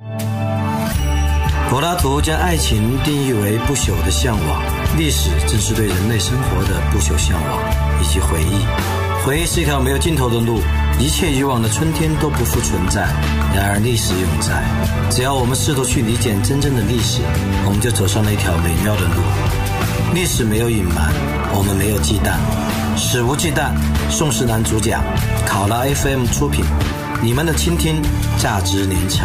柏拉图将爱情定义为不朽的向往，历史正是对人类生活的不朽向往以及回忆。回忆是一条没有尽头的路，一切以往的春天都不复存在，然而历史永在。只要我们试图去理解真正的历史，我们就走上了一条美妙的路。历史没有隐瞒，我们没有忌惮，史无忌惮。宋世南主讲，考拉 FM 出品，你们的倾听价值连城。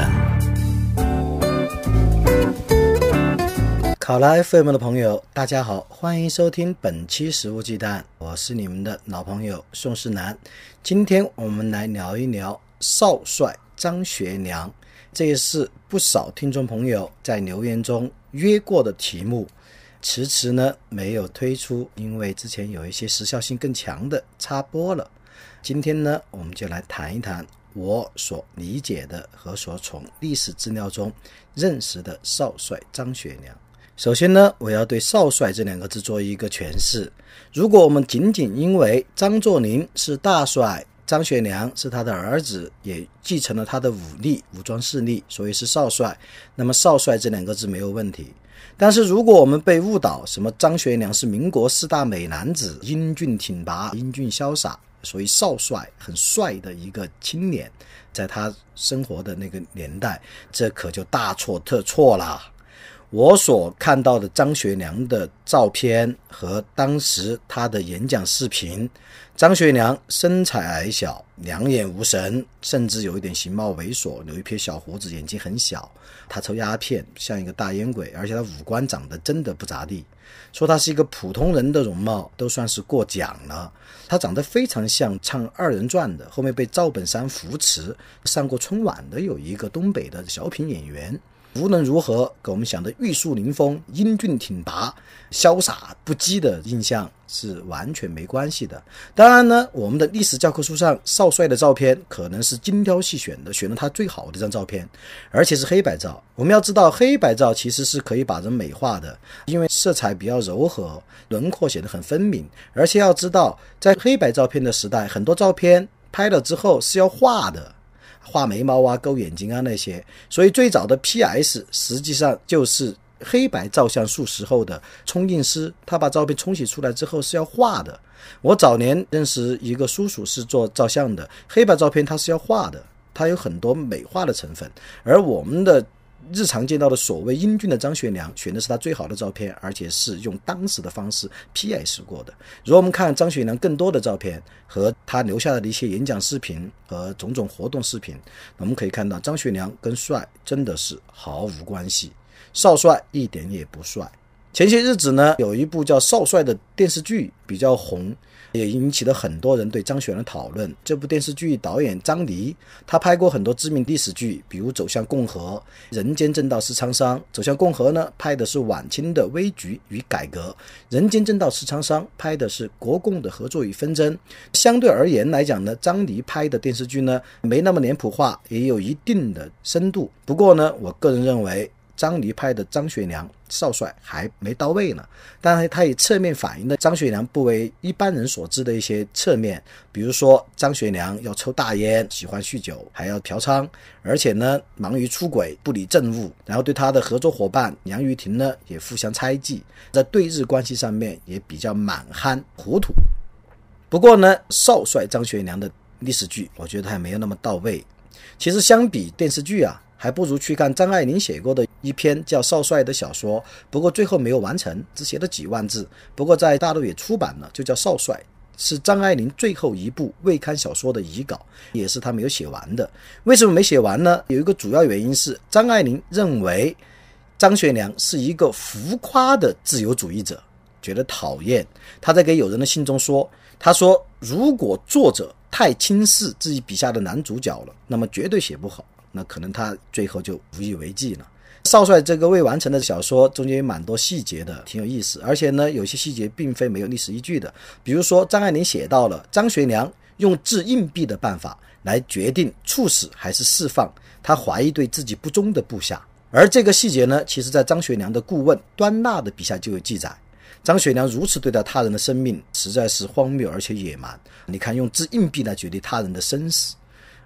考拉 FM 的朋友大家好，欢迎收听本期史无忌惮，我是你们的老朋友宋世南。今天我们来聊一聊少帅张学良，这也是不少听众朋友在留言中约过的题目，迟迟呢没有推出，因为之前有一些时效性更强的插播了。今天呢我们就来谈一谈我所理解的和所从历史资料中认识的少帅张学良。首先呢，我要对少帅这两个字做一个诠释。如果我们仅仅因为张作霖是大帅，张学良是他的儿子，也继承了他的武装势力，所以是少帅，那么少帅这两个字没有问题。但是如果我们被误导，什么张学良是民国四大美男子，英俊挺拔，英俊潇洒，所以少帅很帅的一个青年，在他生活的那个年代，这可就大错特错了。我所看到的张学良的照片和当时他的演讲视频，张学良身材矮小，两眼无神，甚至有一点形貌猥琐，留一撇小胡子，眼睛很小，他抽鸦片，像一个大烟鬼，而且他五官长得真的不咋地，说他是一个普通人的容貌都算是过奖了。他长得非常像唱二人转的，后面被赵本山扶持上过春晚的有一个东北的小品演员。无论如何，跟我们想的玉树临风、英俊挺拔、潇洒不羁的印象是完全没关系的。当然呢，我们的历史教科书上少帅的照片可能是精挑细选的，选了他最好的一张照片，而且是黑白照。我们要知道，黑白照其实是可以把人美化的，因为色彩比较柔和，轮廓显得很分明。而且要知道，在黑白照片的时代，很多照片拍了之后是要画的，画眉毛啊，勾眼睛啊那些，所以最早的 PS 实际上就是黑白照相术时候的冲印师，他把照片冲洗出来之后是要画的。我早年认识一个叔叔是做照相的，黑白照片他是要画的，他有很多美化的成分，而我们的日常见到的所谓英俊的张学良选的是他最好的照片，而且是用当时的方式 PS 过的。如果我们看张学良更多的照片和他留下的一些演讲视频和种种活动视频，我们可以看到张学良跟帅真的是毫无关系，少帅一点也不帅。前些日子呢，有一部叫《少帅》的电视剧比较红，也引起了很多人对张学良的讨论。这部电视剧导演张黎，他拍过很多知名历史剧，比如《走向共和》、《人间正道是沧桑》。《走向共和》呢，拍的是晚清的危局与改革；《人间正道是沧桑》拍的是国共的合作与纷争。相对而言来讲呢，张黎拍的电视剧呢，没那么脸谱化，也有一定的深度。不过呢，我个人认为张黎拍的张学良少帅还没到位呢，当然他也侧面反映了张学良不为一般人所知的一些侧面，比如说张学良要抽大烟，喜欢酗酒，还要嫖娼，而且呢忙于出轨，不理政务，然后对他的合作伙伴杨玉婷呢也互相猜忌，在对日关系上面也比较蛮憨糊涂。不过呢，少帅张学良的历史剧我觉得还没有那么到位。其实相比电视剧啊，还不如去看张爱玲写过的一篇叫《少帅》的小说，不过最后没有完成，只写了几万字，不过在大陆也出版了，就叫《少帅》，是张爱玲最后一部未刊小说的遗稿，也是她没有写完的。为什么没写完呢？有一个主要原因是张爱玲认为张学良是一个浮夸的自由主义者，觉得讨厌。他在给友人的信中说，他说如果作者太轻视自己笔下的男主角了，那么绝对写不好，那可能他最后就无以为继了。少帅这个未完成的小说中间有蛮多细节的，挺有意思，而且呢有些细节并非没有历史依据的。比如说张爱玲写到了张学良用掷硬币的办法来决定处死还是释放他怀疑对自己不忠的部下，而这个细节呢，其实在张学良的顾问端纳的笔下就有记载。张学良如此对待他人的生命实在是荒谬而且野蛮，你看用掷硬币来决定他人的生死。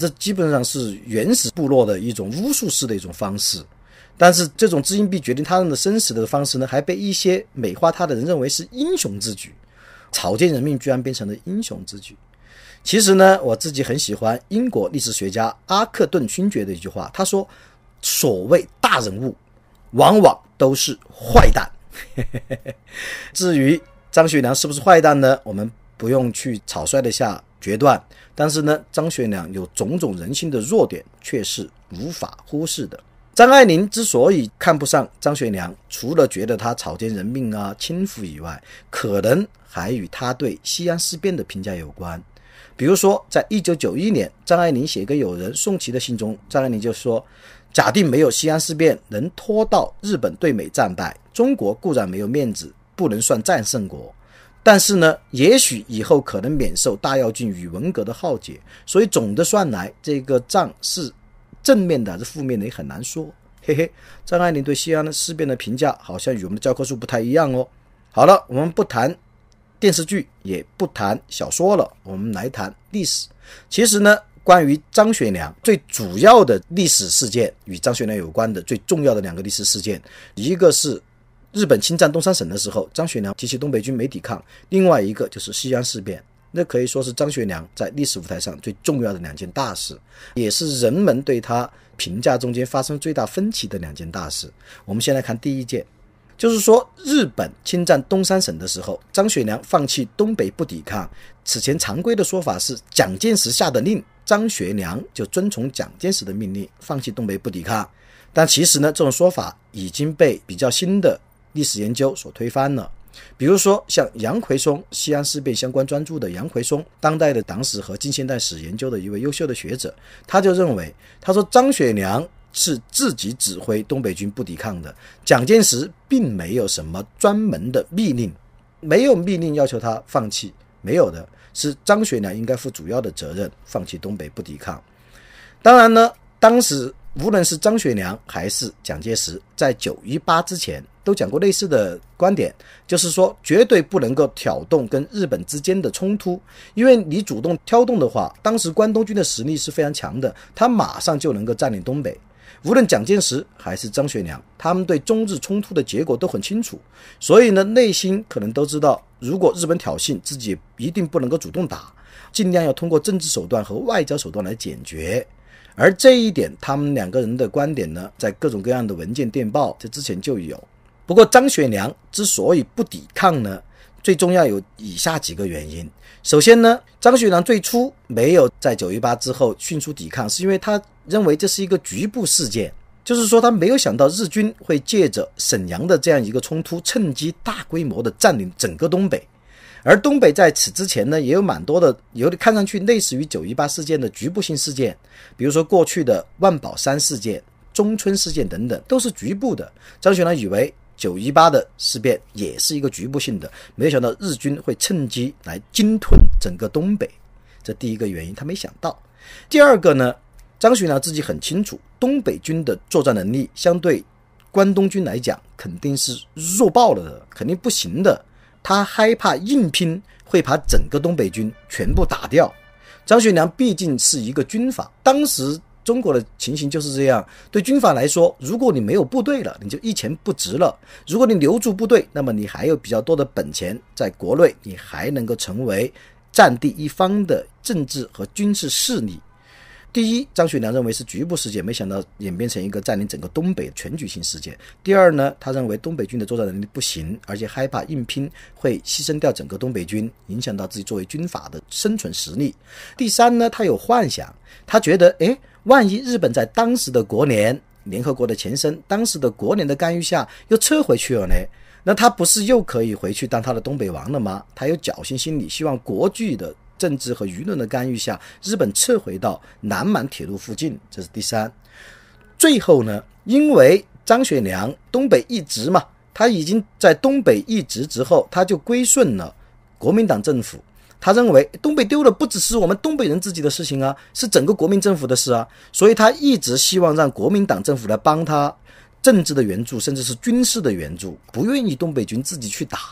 这基本上是原始部落的一种巫术式的一种方式。但是这种掷硬币决定他人的生死的方式呢，还被一些美化他的人认为是英雄之举，草菅人命居然变成了英雄之举。其实呢，我自己很喜欢英国历史学家阿克顿勋爵的一句话，他说所谓大人物往往都是坏蛋至于张学良是不是坏蛋呢，我们不用去草率的下决断，但是呢，张学良有种种人性的弱点却是无法忽视的。张爱玲之所以看不上张学良，除了觉得他草菅人命啊、轻浮以外，可能还与他对西安事变的评价有关。比如说在1991年，张爱玲写给友人宋琦的信中，张爱玲就说，假定没有西安事变能拖到日本对美战败，中国固然没有面子，不能算战胜国，但是呢，也许以后可能免受大跃进与文革的浩劫，所以总的算来，这个仗是正面的还是负面的也很难说。嘿嘿，张爱玲对西安的事变的评价好像与我们的教科书不太一样哦。好了，我们不谈电视剧，也不谈小说了，我们来谈历史。其实呢，关于张学良最主要的历史事件，与张学良有关的最重要的两个历史事件，一个是日本侵占东三省的时候，张学良及其东北军没抵抗，另外一个就是西安事变。那可以说是张学良在历史舞台上最重要的两件大事，也是人们对他评价中间发生最大分歧的两件大事。我们先来看第一件，就是说日本侵占东三省的时候，张学良放弃东北不抵抗。此前常规的说法是蒋介石下的令，张学良就遵从蒋介石的命令放弃东北不抵抗。但其实呢，这种说法已经被比较新的历史研究所推翻了。比如说像杨奎松西安事变相关专著的杨奎松，当代的党史和近现代史研究的一位优秀的学者，他就认为，他说张学良是自己指挥东北军不抵抗的，蒋介石并没有什么专门的密令，没有密令要求他放弃，没有的，是张学良应该负主要的责任，放弃东北不抵抗。当然呢，当时无论是张学良还是蒋介石，在918之前都讲过类似的观点，就是说绝对不能够挑动跟日本之间的冲突，因为你主动挑动的话，当时关东军的实力是非常强的，他马上就能够占领东北。无论蒋介石还是张学良，他们对中日冲突的结果都很清楚，所以呢，内心可能都知道，如果日本挑衅，自己一定不能够主动打，尽量要通过政治手段和外交手段来解决。而这一点，他们两个人的观点呢，在各种各样的文件电报这之前就有。不过张学良之所以不抵抗呢，最重要有以下几个原因。首先呢，张学良最初没有在918之后迅速抵抗，是因为他认为这是一个局部事件，就是说他没有想到日军会借着沈阳的这样一个冲突，趁机大规模的占领整个东北。而东北在此之前呢，也有蛮多的有的看上去类似于918事件的局部性事件，比如说过去的万宝山事件、中村事件等等，都是局部的。张学良以为918的事变也是一个局部性的，没有想到日军会趁机来鲸吞整个东北，这第一个原因他没想到。第二个呢，张学良自己很清楚，东北军的作战能力相对关东军来讲肯定是弱爆了的，肯定不行的。他害怕硬拼会把整个东北军全部打掉。张学良毕竟是一个军阀，当时中国的情形就是这样，对军阀来说，如果你没有部队了，你就一钱不值了；如果你留住部队，那么你还有比较多的本钱，在国内你还能够成为占第一方的政治和军事势力。第一，张学良认为是局部事件，没想到演变成一个占领整个东北全局性事件。第二呢，他认为东北军的作战能力不行，而且害怕硬拼会牺牲掉整个东北军，影响到自己作为军阀的生存实力。第三呢，他有幻想，他觉得万一日本在当时的国联，联合国的前身，当时的国联的干预下又撤回去了呢，那他不是又可以回去当他的东北王了吗？他有侥幸心理，希望国际的政治和舆论的干预下，日本撤回到南满铁路附近，这是第三。最后呢，因为张学良东北一直嘛，他已经在东北一直之后，他就归顺了国民党政府。他认为东北丢了不只是我们东北人自己的事情啊，是整个国民政府的事啊，所以他一直希望让国民党政府来帮他政治的援助，甚至是军事的援助，不愿意东北军自己去打。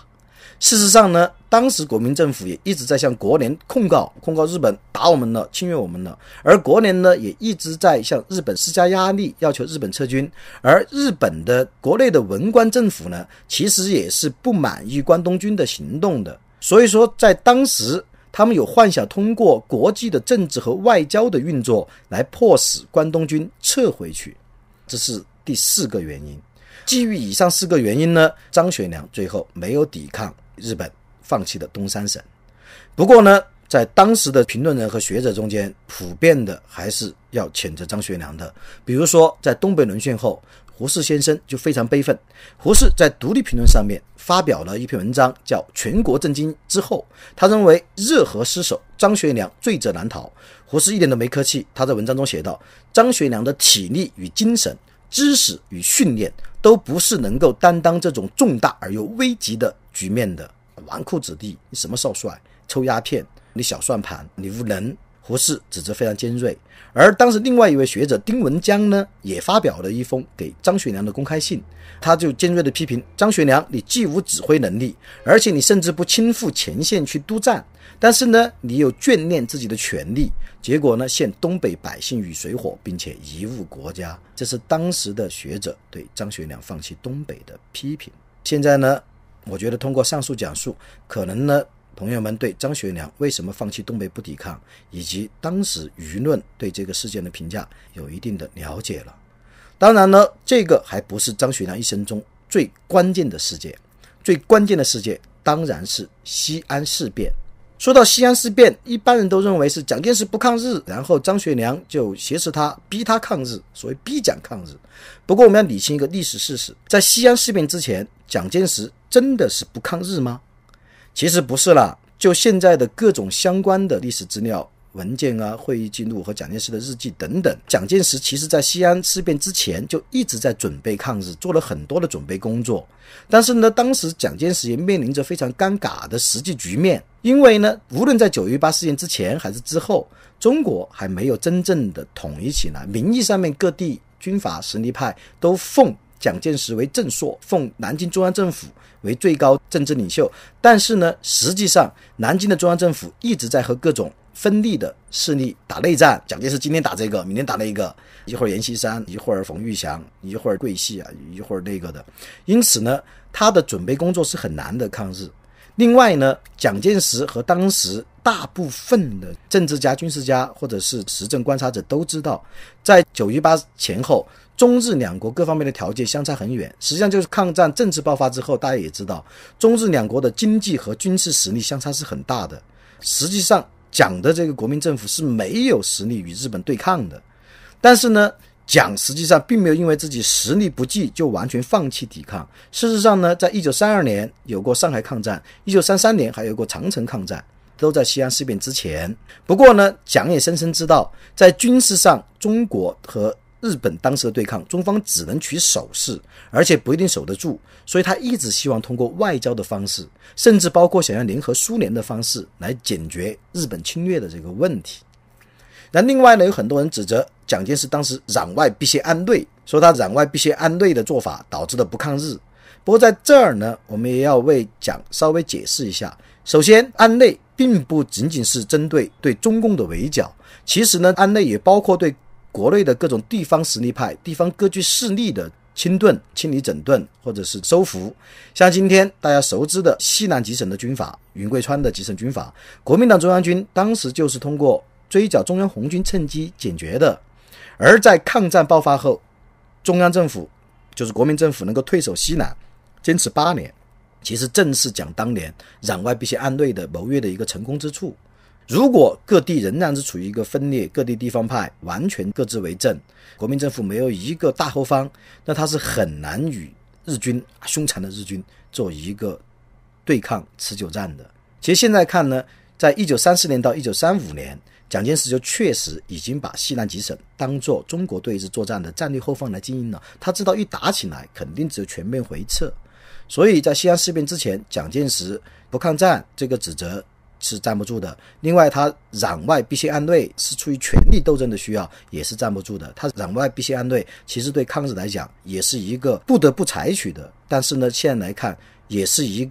事实上呢，当时国民政府也一直在向国联控告日本打我们了，侵略我们了，而国联呢也一直在向日本施加压力，要求日本撤军。而日本的国内的文官政府呢，其实也是不满意关东军的行动的，所以说在当时他们有幻想通过国际的政治和外交的运作来迫使关东军撤回去，这是第4个原因。基于以上4个原因呢，张学良最后没有抵抗日本，放弃了东三省。不过呢，在当时的评论人和学者中间，普遍的还是要谴责张学良的。比如说在东北沦陷后，胡适先生就非常悲愤。胡适在独立评论上面发表了一篇文章叫《全国震惊》之后，他认为热河失守，张学良罪责难逃。胡适一点都没客气，他在文章中写道，张学良的体力与精神、知识与训练都不是能够担当这种重大而又危急的局面的。纨绔子弟，你什么少帅，抽鸦片，你小算盘，你无能。胡适指责非常尖锐。而当时另外一位学者丁文江呢，也发表了一封给张学良的公开信，他就尖锐地批评张学良，你既无指挥能力，而且你甚至不亲赴前线去督战，但是呢，你又眷恋自己的权利，结果呢，陷东北百姓于水火，并且贻误国家。这是当时的学者对张学良放弃东北的批评。现在呢，我觉得通过上述讲述，可能呢，朋友们对张学良为什么放弃东北不抵抗，以及当时舆论对这个事件的评价有一定的了解了。当然呢，这个还不是张学良一生中最关键的事件，最关键的事件当然是西安事变。说到西安事变，一般人都认为是蒋介石不抗日，然后张学良就挟持他，逼他抗日，所谓逼蒋抗日。不过我们要理清一个历史事实，在西安事变之前，蒋介石真的是不抗日吗？其实不是啦，就现在的各种相关的历史资料、文件啊、会议记录和蒋介石的日记等等，蒋介石其实在西安事变之前就一直在准备抗日，做了很多的准备工作。但是呢，当时蒋介石也面临着非常尴尬的实际局面，因为呢，无论在9·18事件之前还是之后，中国还没有真正的统一起来，名义上面各地军阀实力派都奉蒋介石为正朔，奉南京中央政府为最高政治领袖，但是呢，实际上南京的中央政府一直在和各种分立的势力打内战。蒋介石今天打这个，明天打那个，一会儿阎锡山，一会儿冯玉祥，一会儿桂系啊，一会儿那个的。因此呢，他的准备工作是很难的抗日。另外呢，蒋介石和当时大部分的政治家、军事家或者是时政观察者都知道，在9·18前后，中日两国各方面的条件相差很远。实际上就是抗战政治爆发之后，大家也知道，中日两国的经济和军事实力相差是很大的。实际上蒋的这个国民政府是没有实力与日本对抗的。但是呢，蒋实际上并没有因为自己实力不济就完全放弃抵抗。事实上呢，在1932年有过上海抗战，1933年还有过长城抗战，都在西安事变之前。不过呢，蒋也深深知道，在军事上中国和日本当时的对抗，中方只能取守势，而且不一定守得住，所以他一直希望通过外交的方式，甚至包括想要联合苏联的方式来解决日本侵略的这个问题。那另外呢，有很多人指责蒋介石当时攘外必先安内，说他攘外必先安内的做法导致了不抗日。不过在这儿呢，我们也要为蒋稍微解释一下。首先，安内并不仅仅是针对中共的围剿，其实呢，安内也包括对国内的各种地方实力派、地方割据势力的清顿、清理整顿或者是收服。像今天大家熟知的西南几省的军阀，云贵川的几省军阀，国民党中央军当时就是通过追剿中央红军趁机解决的。而在抗战爆发后，中央政府就是国民政府能够退守西南，坚持8年，其实正是蒋当年攘外必先安内的谋略的一个成功之处。如果各地仍然是处于一个分裂，各地地方派完全各自为政，国民政府没有一个大后方，那他是很难与日军凶残的日军做一个对抗持久战的。其实现在看呢，在1934年到1935年，蒋介石就确实已经把西南几省当作中国对日作战的战略后方来经营了。他知道一打起来肯定只有全面回撤，所以在西安事变之前，蒋介石不抗战这个指责是站不住的。另外，他攘外必先安内是出于权力斗争的需要，也是站不住的。他攘外必先安内其实对抗日来讲也是一个不得不采取的，但是呢，现在来看也是一个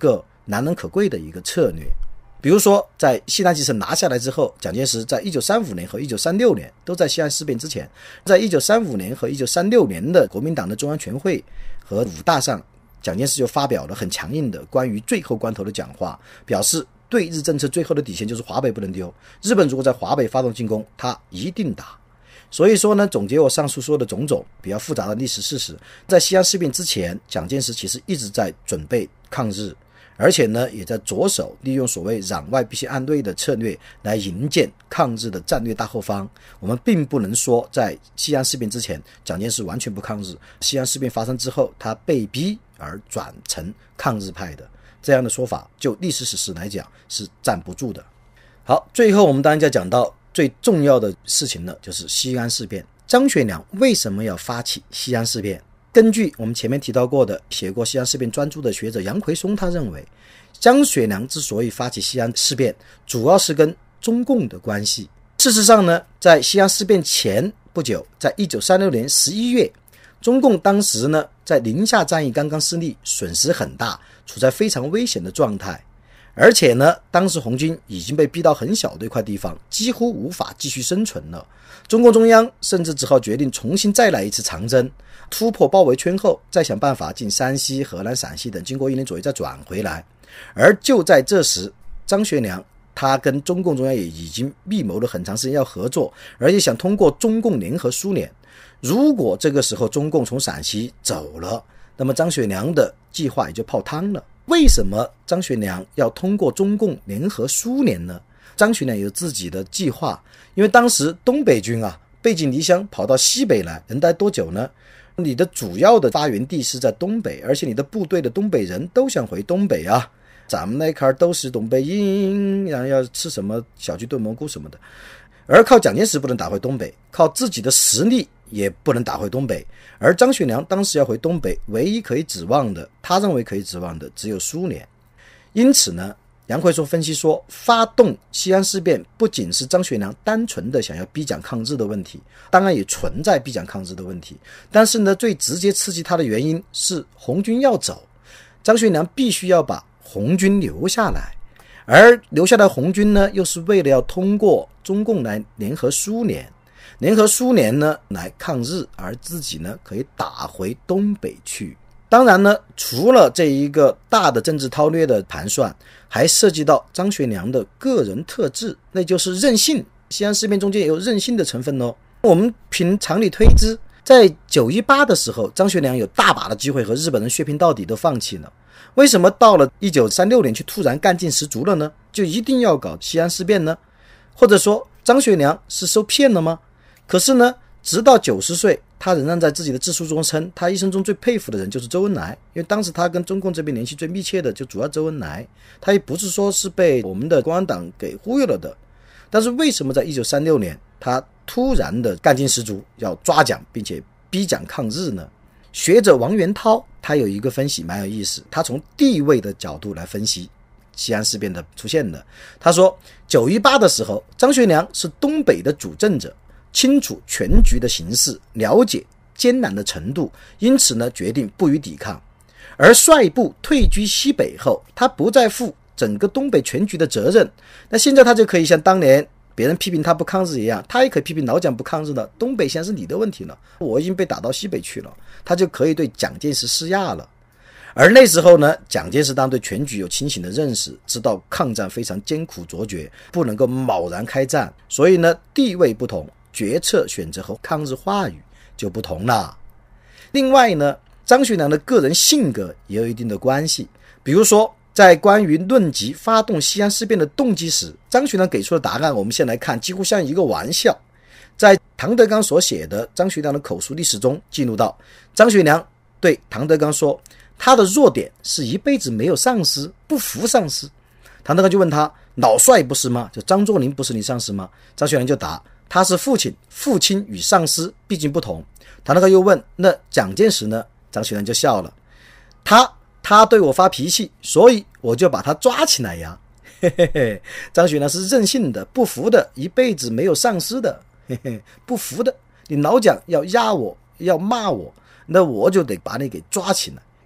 难能可贵的一个策略。比如说在西南基城拿下来之后，蒋介石在1935年和1936年都在西安事变之前，在1935年和1936年的国民党的中央全会和五大上，蒋介石就发表了很强硬的关于最后关头的讲话，表示对日政策最后的底线就是华北不能丢，日本如果在华北发动进攻，他一定打。所以说呢，总结我上述说的种种比较复杂的历史事实，在西安事变之前，蒋介石其实一直在准备抗日，而且呢，也在着手利用所谓攘外必须安内的策略来营建抗日的战略大后方。我们并不能说在西安事变之前，蒋介石完全不抗日，西安事变发生之后，他被逼而转成抗日派的，这样的说法就历史史实来讲是站不住的。好，最后我们当然就讲到最重要的事情呢，就是西安事变。张学良为什么要发起西安事变？根据我们前面提到过的写过西安事变专著的学者杨奎松，他认为张学良之所以发起西安事变，主要是跟中共的关系。事实上呢，在西安事变前不久，在1936年11月，中共当时呢在宁夏战役刚刚失利，损失很大，处在非常危险的状态。而且呢，当时红军已经被逼到很小的一块地方，几乎无法继续生存了。中共中央甚至只好决定重新再来一次长征，突破包围圈后，再想办法进山西、河南、陕西等，经过1年左右再转回来。而就在这时，张学良他跟中共中央也已经密谋了很长时间要合作，而且想通过中共联合苏联。如果这个时候中共从陕西走了，那么张学良的计划也就泡汤了。为什么张学良要通过中共联合苏联呢？张学良有自己的计划，因为当时东北军背井离乡跑到西北来，能待多久呢？你的主要的发源地是在东北，而且你的部队的东北人都想回东北啊，咱们那块都是东北人，然后要吃什么小鸡炖蘑菇什么的。而靠蒋介石不能打回东北，靠自己的实力也不能打回东北，而张学良当时要回东北，唯一可以指望的，他认为可以指望的只有苏联。因此呢，杨奎松分析说，发动西安事变不仅是张学良单纯的想要逼蒋抗日的问题，当然也存在逼蒋抗日的问题，但是呢，最直接刺激他的原因是红军要走，张学良必须要把红军留下来，而留下来红军呢，又是为了要通过中共来联合苏联，联合苏联呢来抗日，而自己呢可以打回东北去。当然呢，除了这一个大的政治韬略的盘算，还涉及到张学良的个人特质，那就是任性。西安事变中间也有任性的成分哦。我们凭常理推知，在918的时候，张学良有大把的机会和日本人血拼到底，都放弃了。为什么到了1936年去突然干劲十足了呢？就一定要搞西安事变呢？或者说张学良是受骗了吗？可是呢，直到90岁，他仍然在自己的自述中称，他一生中最佩服的人就是周恩来，因为当时他跟中共这边联系最密切的就主要周恩来，他也不是说是被我们的共产党给忽悠了的。但是为什么在1936年他突然的干劲十足，要抓蒋并且逼蒋抗日呢？学者王元涛他有一个分析蛮有意思，他从地位的角度来分析西安事变的出现的。他说918的时候，张学良是东北的主政者，清楚全局的形势，了解艰难的程度，因此呢决定不予抵抗。而率部退居西北后，他不再负整个东北全局的责任，那现在他就可以像当年别人批评他不抗日一样，他也可以批评老蒋不抗日了，东北现在是你的问题了，我已经被打到西北去了，他就可以对蒋介石施压了。而那时候呢，蒋介石当然对全局有清醒的认识，知道抗战非常艰苦卓绝，不能够贸然开战，所以呢地位不同，决策选择和抗日话语就不同了。另外呢，张学良的个人性格也有一定的关系。比如说在关于论及发动西安事变的动机时，张学良给出的答案我们先来看，几乎像一个玩笑。在唐德刚所写的张学良的口述历史中记录到，张学良对唐德刚说，他的弱点是一辈子没有上司，不服上司。唐德刚就问他，老帅不是吗？就张作霖不是你上司吗？张学良就答，他是父亲，父亲与上司毕竟不同。唐德刚又问，那蒋介石呢？张学良就笑了，他对我发脾气，所以我就把他抓起来呀。嘿嘿嘿，张学良是任性的，不服的，一辈子没有上司的，嘿嘿，不服的，你老蒋要压我，要骂我，那我就得把你给抓起来。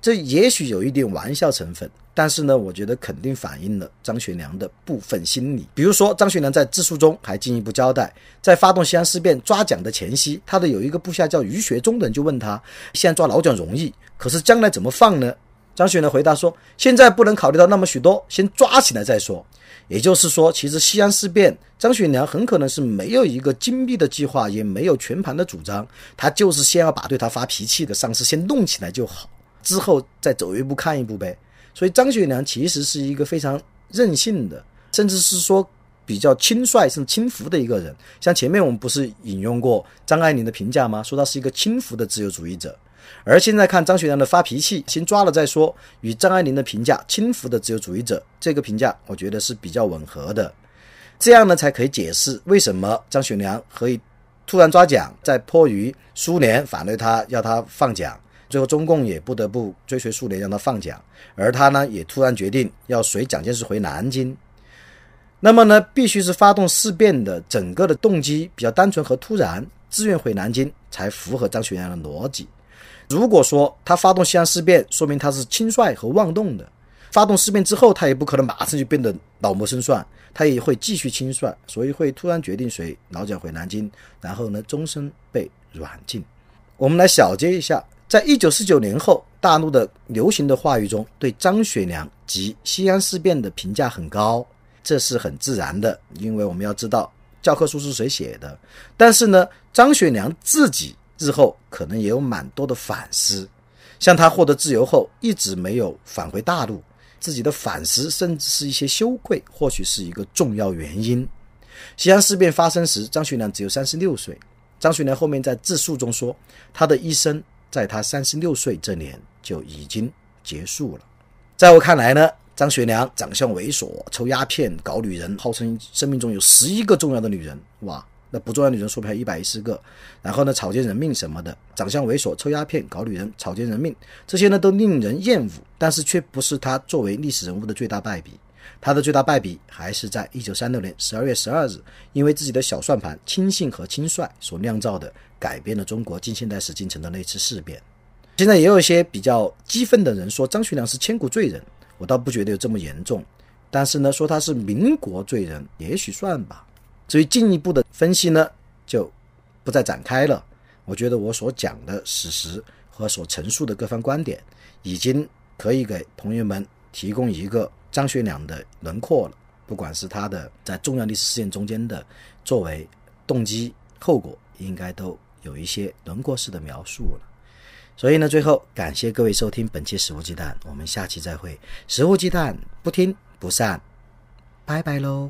这也许有一点玩笑成分，但是呢，我觉得肯定反映了张学良的部分心理。比如说，张学良在自述中还进一步交代，在发动西安事变抓蒋的前夕，他的有一个部下叫于学忠的人就问他，现在抓老蒋容易，可是将来怎么放呢？张学良回答说，现在不能考虑到那么许多，先抓起来再说。也就是说，其实西安事变，张学良很可能是没有一个精密的计划，也没有全盘的主张，他就是先要把对他发脾气的上司先弄起来就好，之后再走一步看一步呗。所以张学良其实是一个非常任性的，甚至是说比较轻率甚至轻浮的一个人。像前面我们不是引用过张爱玲的评价吗？说他是一个轻浮的自由主义者。而现在看张学良的发脾气先抓了再说，与张爱玲的评价轻浮的自由主义者，这个评价我觉得是比较吻合的。这样呢才可以解释为什么张学良可以突然抓蒋，在迫于苏联反对他要他放蒋，最后中共也不得不追随苏联让他放蒋，而他呢也突然决定要随蒋介石回南京。那么呢必须是发动事变的整个的动机比较单纯和突然，自愿回南京才符合张学良的逻辑。如果说他发动西安事变，说明他是轻率和妄动的，发动事变之后他也不可能马上就变得老谋深算，他也会继续轻率，所以会突然决定随老蒋回南京，然后呢终身被软禁。我们来小结一下，在1949年后，大陆的流行的话语中对张学良及西安事变的评价很高，这是很自然的，因为我们要知道教科书是谁写的。但是呢，张学良自己日后可能也有蛮多的反思，像他获得自由后一直没有返回大陆，自己的反思甚至是一些羞愧，或许是一个重要原因。西安事变发生时，张学良只有36岁。张学良后面在自述中说，他的一生在他36岁这年就已经结束了。在我看来呢，张学良长相猥琐，抽鸦片，搞女人，号称生命中有11个重要的女人，哇，那不重要的女人说不还110个，然后呢草菅人命什么的，长相猥琐，抽鸦片，搞女人，草菅人命，这些呢都令人厌恶，但是却不是他作为历史人物的最大败笔。他的最大败笔还是在1936年12月12日，因为自己的小算盘轻信和轻率所酿造的改变了中国近现代史进程的那次事变。现在也有一些比较激愤的人说张学良是千古罪人，我倒不觉得有这么严重，但是呢说他是民国罪人也许算吧。至于进一步的分析呢就不再展开了，我觉得我所讲的史实和所陈述的各方观点已经可以给朋友们提供一个张学良的轮廓了，不管是他的在重要历史事件中间的作为、动机、后果，应该都有一些轮廓式的描述了。所以呢，最后感谢各位收听本期食物鸡蛋，我们下期再会。食物鸡蛋不听不散，拜拜喽。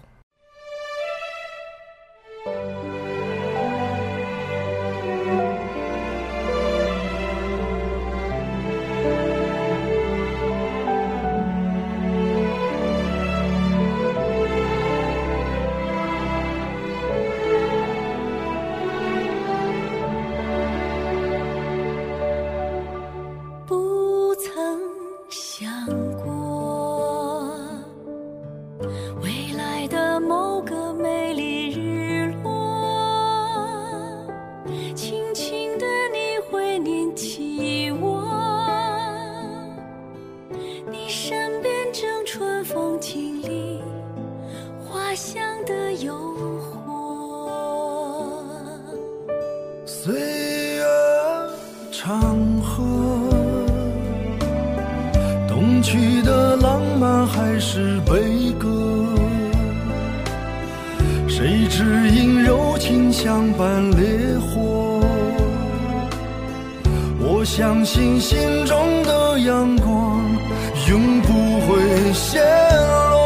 岁月长河，东去的浪漫还是悲歌，谁知因柔情相伴烈火，我相信心中的阳光永不会陷落。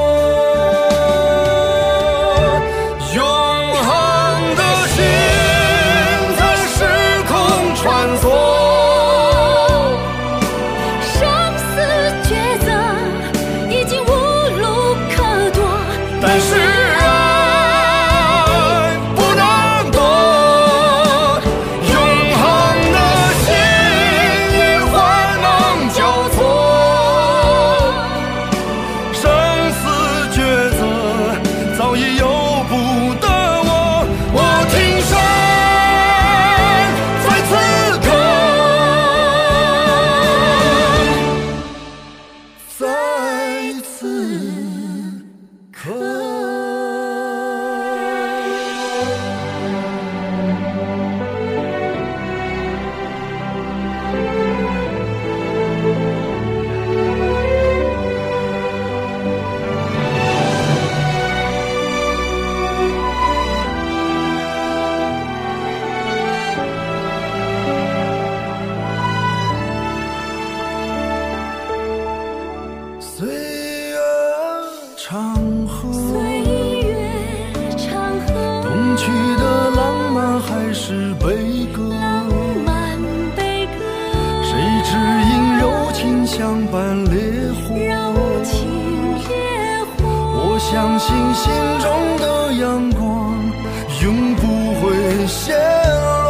生是悲歌， 浪漫悲歌， 谁知因柔情相伴烈火， 柔情烈火。 我相信心中的阳光永不会泄